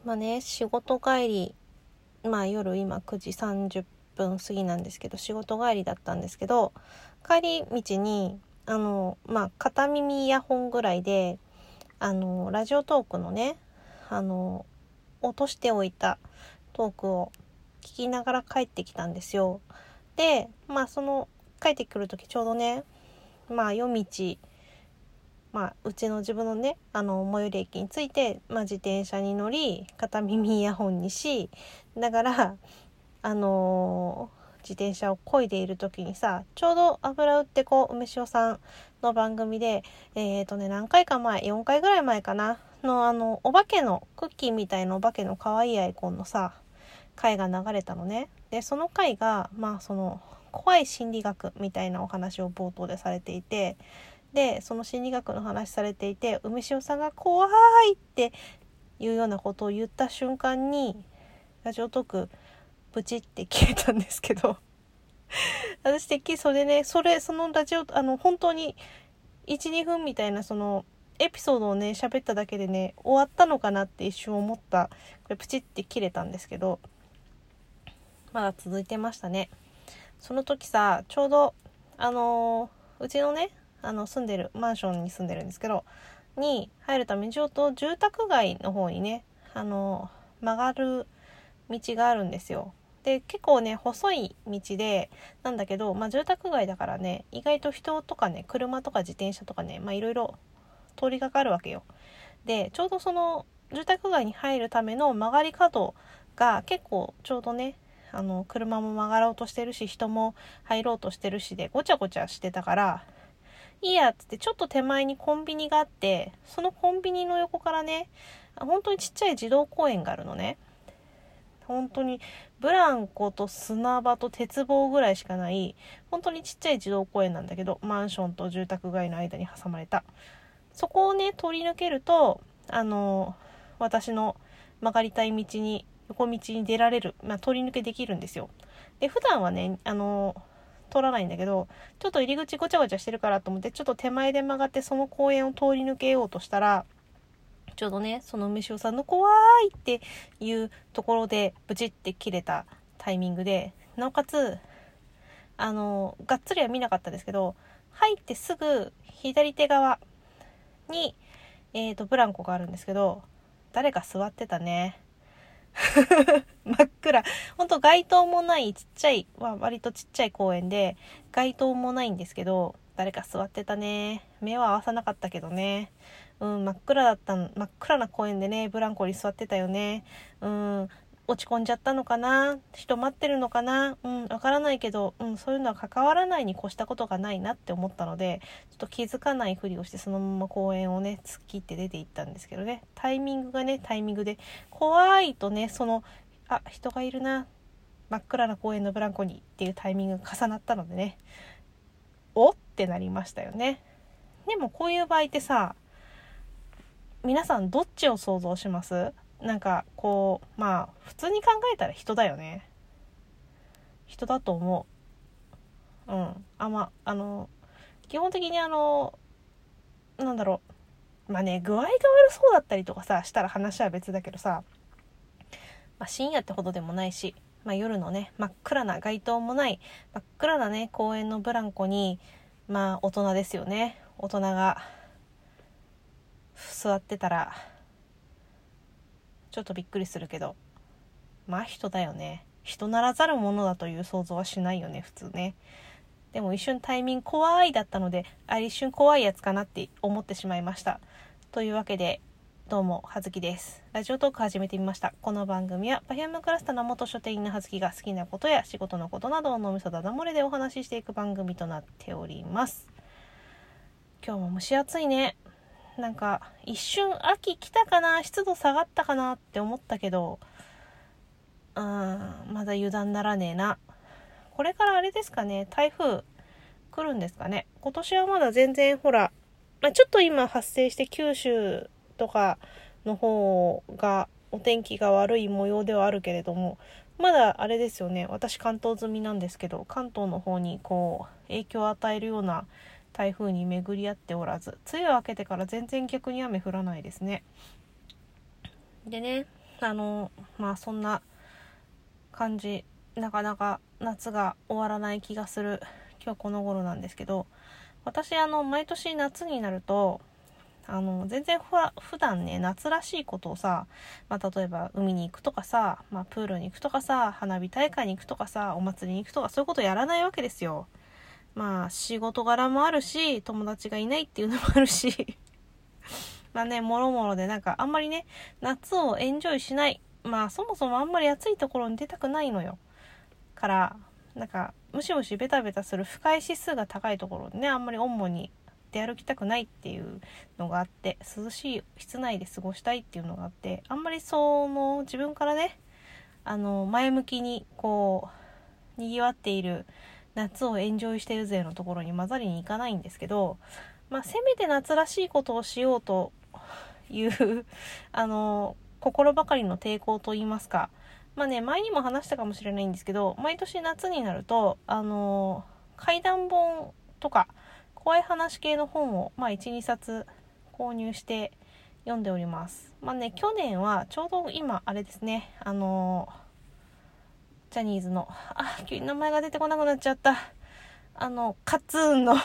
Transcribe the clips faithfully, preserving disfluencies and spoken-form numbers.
まあね、仕事帰り、まあ夜今くじさんじゅっぷん過ぎなんですけど、仕事帰りだったんですけど、帰り道にあのまあ片耳イヤホンぐらいであのラジオトークのね、あの落としておいたトークを聞きながら帰ってきたんですよ。で、まあその帰ってくる時ちょうどね、まあ夜道、まあ、うちの自分のね、あの最寄り駅に着いて、まあ、自転車に乗り片耳イヤホンにし、だからあのー自転車を漕いでいる時にさ、ちょうど油売ってこう梅塩さんの番組でえーとね何回か前、よんかいぐらい前かなの、あのお化けのクッキーみたいなお化けの可愛いアイコンのさ回が流れたのね。でその回がまあその怖い心理学みたいなお話を冒頭でされていて、でその心理学の話されていて、梅塩さんが怖いっていうようなことを言った瞬間にラジオトークブチって切れたんですけど私的にそれね、それそのラジオあの本当に いち,に 分みたいなそのエピソードをね喋っただけでね終わったのかなって一瞬思った。これプチって切れたんですけど、まだ続いてましたね。その時さ、ちょうどあのー、うちのねあの住んでるマンションに住んでるんですけどに入るためにちょっと住宅街の方にね、あの曲がる道があるんですよ。で結構ね細い道でなんだけど、まあ、住宅街だからね、意外と人とかね車とか自転車とかね、まあいろいろ通りかかるわけよ。でちょうどその住宅街に入るための曲がり角が結構ちょうどね、あの車も曲がろうとしてるし人も入ろうとしてるしでごちゃごちゃしてたから、いいやっつってちょっと手前にコンビニがあって、そのコンビニの横からね本当にちっちゃい児童公園があるのね。本当にブランコと砂場と鉄棒ぐらいしかない本当にちっちゃい児童公園なんだけど、マンションと住宅街の間に挟まれた。そこをね通り抜けるとあの私の曲がりたい道に横道に出られる、まあ、通り抜けできるんですよ。で普段はねあの通らないんだけど、ちょっと入り口ごちゃごちゃしてるからと思ってちょっと手前で曲がってその公園を通り抜けようとしたら、ちょうどねその梅塩さんの怖いっていうところでブチって切れたタイミングで、なおかつあのがっつりは見なかったですけど、入ってすぐ左手側にえーとブランコがあるんですけど、誰か座ってたね真っ暗、ほんと街灯もないちっちゃい、まあ、割とちっちゃい公園で街灯もないんですけど、誰か座ってたね。目は合わさなかったけどね、うん、真っ暗だった真っ暗な公園でねブランコに座ってたよね。うん、落ち込んじゃったのかな、人待ってるのかな、うん、わからないけど、うん、そういうのは関わらないに越したことがないなって思ったので、ちょっと気づかないふりをしてそのまま公園をね突っ切って出て行ったんですけどね、タイミングがねタイミングで怖いとね、そのあ人がいるな真っ暗な公園のブランコにっていうタイミングが重なったのでね、おってなりましたよね。でもこういう場合ってさ、皆さんどっちを想像します？なんかこうまあ普通に考えたら人だよね。人だと思う。うん。あまあの基本的にあのなんだろう、まあね具合が悪そうだったりとかさしたら話は別だけどさ、まあ、深夜ってほどでもないし、まあ、夜のね真っ暗な街灯もない真っ暗なね公園のブランコにまあ大人ですよね、大人が座ってたらちょっとびっくりするけど、まあ人だよね。人ならざるものだという想像はしないよね普通ね。でも一瞬タイミング怖いだったので、あれ一瞬怖いやつかなって思ってしまいました。というわけでどうもはずきです。ラジオトーク始めてみました。この番組はパフュームクラスターの元書店員のはずきが好きなことや仕事のことなどを脳みそだだ漏れでお話ししていく番組となっております。今日も蒸し暑いね。なんか一瞬秋来たかな、湿度下がったかなって思ったけど、うーんまだ油断ならねえな。これからあれですかね、台風来るんですかね。今年はまだ全然ほら、まあ、ちょっと今発生して九州とかの方がお天気が悪い模様ではあるけれども、まだあれですよね、私関東済みなんですけど、関東の方にこう影響を与えるような台風に巡り合っておらず、梅雨明けてから全然逆に雨降らないですね。でね、 あのまあそんな感じ、なかなか夏が終わらない気がする今日この頃なんですけど、私あの毎年夏になるとあの全然ふわ普段ね夏らしいことをさ、まあ、例えば海に行くとかさ、まあ、プールに行くとかさ、花火大会に行くとかさ、お祭りに行くとか、そういうことやらないわけですよ。まあ仕事柄もあるし、友達がいないっていうのもあるしまあね、もろもろでなんかあんまりね夏をエンジョイしない、まあそもそもあんまり暑いところに出たくないのよ。からなんかムシムシベタベタする不快指数が高いところでね、あんまり主に出歩きたくないっていうのがあって、涼しい室内で過ごしたいっていうのがあって、あんまりその自分からねあの前向きにこうにぎわっている夏をエンジョイしてる勢のところに混ざりに行かないんですけど、まあせめて夏らしいことをしようというあの心ばかりの抵抗といいますか、まあね前にも話したかもしれないんですけど、毎年夏になるとあの怪談本とか怖い話系の本を、まあ、いちにさつ購入して読んでおります。まあね、去年はちょうど今あれですね、あのジャニーズのあ急に名前が出てこなくなっちゃったあのカツーンの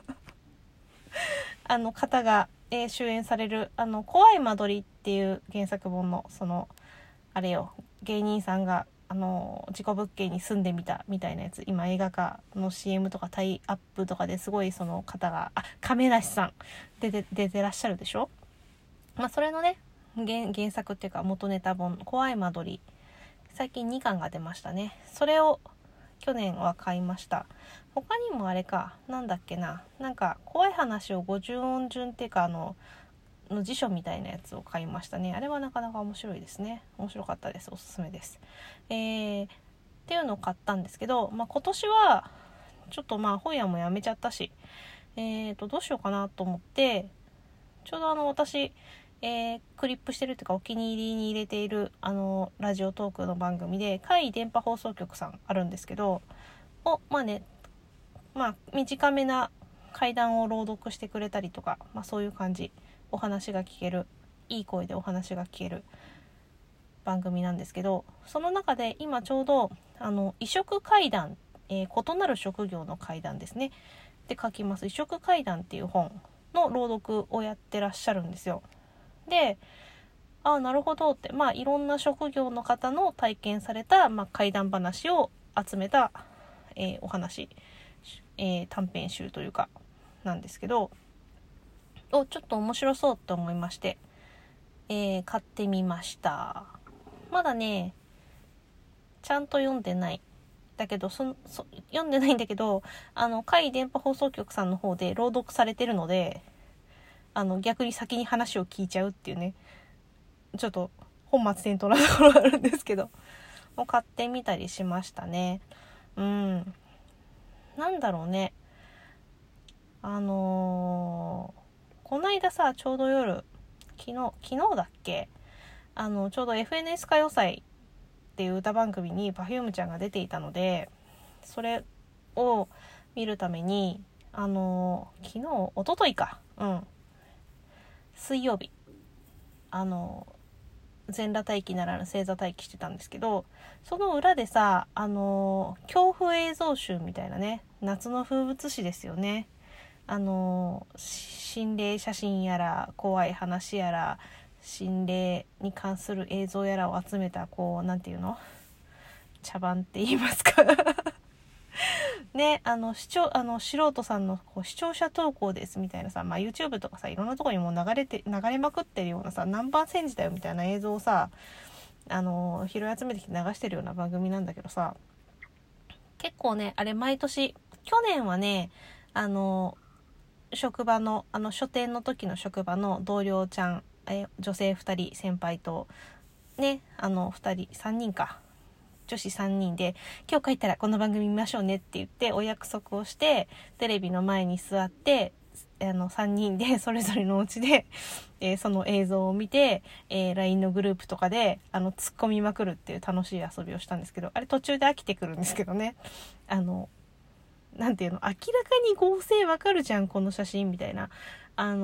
あの方が、えー、主演されるあの怖い間取りっていう原作本のそのあれよ、芸人さんがあの事故物件に住んでみたみたいなやつ、今映画化の シーエム とかタイアップとかですごいその方があ亀梨さん出て出てらっしゃるでしょ。まあそれのね 原, 原作っていうか元ネタ本怖い間取り、最近にかんが出ましたね。それを去年は買いました。他にもあれかなんだっけな、なんか怖い話をごじゅうおん順っていうかあのの辞書みたいなやつを買いましたね。あれはなかなか面白いですね。面白かったです。おすすめです。えー、っていうのを買ったんですけど、まあ、今年はちょっとまあ本屋もやめちゃったし、えーとどうしようかなと思って、ちょうどあの私、えー、クリップしてるっていうかお気に入りに入れているあのラジオトークの番組で怪異電波放送局さんあるんですけど、をまあねまあ短めな怪談を朗読してくれたりとか、まあそういう感じ、お話が聞ける、いい声でお話が聞ける番組なんですけど、その中で今ちょうどあの異色怪談、えー、異なる職業の怪談ですねって書きます異色怪談っていう本の朗読をやってらっしゃるんですよ。で、ああなるほどって、まあいろんな職業の方の体験された、まあ、怪談話を集めた、えー、お話、えー、短編集というかなんですけど、おちょっと面白そうと思いまして、えー、買ってみました。まだねちゃんと読んでないだけどそそ読んでないんだけど、あの怪異電波放送局さんの方で朗読されてるので、あの逆に先に話を聞いちゃうっていうね、ちょっと本末転倒なところがあるんですけど、もう買ってみたりしましたね。うんなんだろうね、あのーこないださ、ちょうど夜昨日昨日だっけ、あのちょうど エフエヌエス 歌謡祭っていう歌番組に Perfume ちゃんが出ていたので、それを見るためにあの昨日一昨日かうん水曜日あの全裸待機ならぬ正座待機してたんですけど、その裏でさあの恐怖映像集みたいなね、夏の風物詩ですよね。あの心霊写真やら怖い話やら心霊に関する映像やらを集めたこうなんていうの茶番って言いますかね、あの視聴あの素人さんのこう視聴者投稿ですみたいなさ、まあ、YouTube とかさいろんなところにもう流れて流れまくってるようなさ、何番煎じだよみたいな映像をさあの拾い集めてきて流してるような番組なんだけどさ、結構ねあれ毎年、去年はねあの職場のあの書店の時の職場の同僚ちゃん、え女性ふたり先輩とねあのふたりさんにんか女子さんにんで今日帰ったらこの番組見ましょうねって言ってお約束をしてテレビの前に座ってあのさんにんでそれぞれのお家で、えー、その映像を見て、えー、ライン のグループとかであの突っ込みまくるっていう楽しい遊びをしたんですけど、あれ途中で飽きてくるんですけどね、あのなんていうの明らかに合成わかるじゃんこの写真みたいな、あの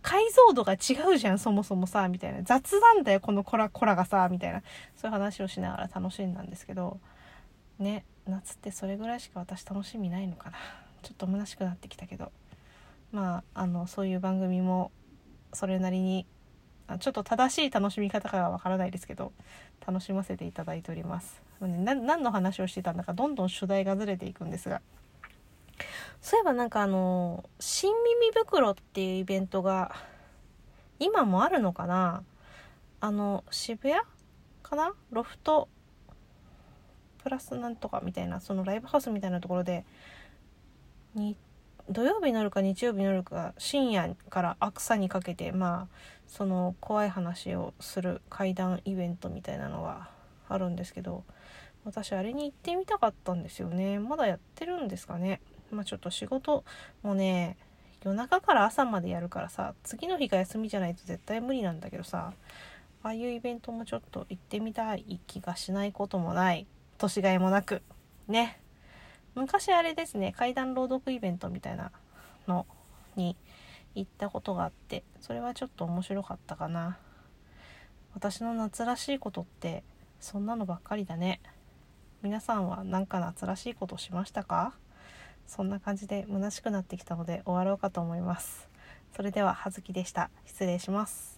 解像度が違うじゃんそもそもさみたいな、雑なんだよこのコラコラがさみたいな、そういう話をしながら楽しんだんですけどね。夏ってそれぐらいしか私楽しみないのかな。ちょっと虚しくなってきたけど、まああのそういう番組もそれなりにちょっと正しい楽しみ方かはわからないですけど楽しませていただいております。な何の話をしてたんだかどんどん主題がずれていくんですが、そういえばなんかあの新耳袋っていうイベントが今もあるのかな。あの渋谷かな、ロフトプラスなんとかみたいな、そのライブハウスみたいなところでに土曜日の夜か日曜日の夜か深夜から朝にかけて、まあその怖い話をする怪談イベントみたいなのがあるんですけど、私あれに行ってみたかったんですよね。まだやってるんですかね。まあちょっと仕事もね夜中から朝までやるからさ、次の日が休みじゃないと絶対無理なんだけどさ、ああいうイベントもちょっと行ってみたい気がしないこともない、年がいもなくね。昔あれですね、怪談朗読イベントみたいなのに行ったことがあって、それはちょっと面白かったかな。私の夏らしいことってそんなのばっかりだね。皆さんはなんか夏らしいことしましたか？そんな感じで虚しくなってきたので終わろうかと思います。それでは葉月でした。失礼します。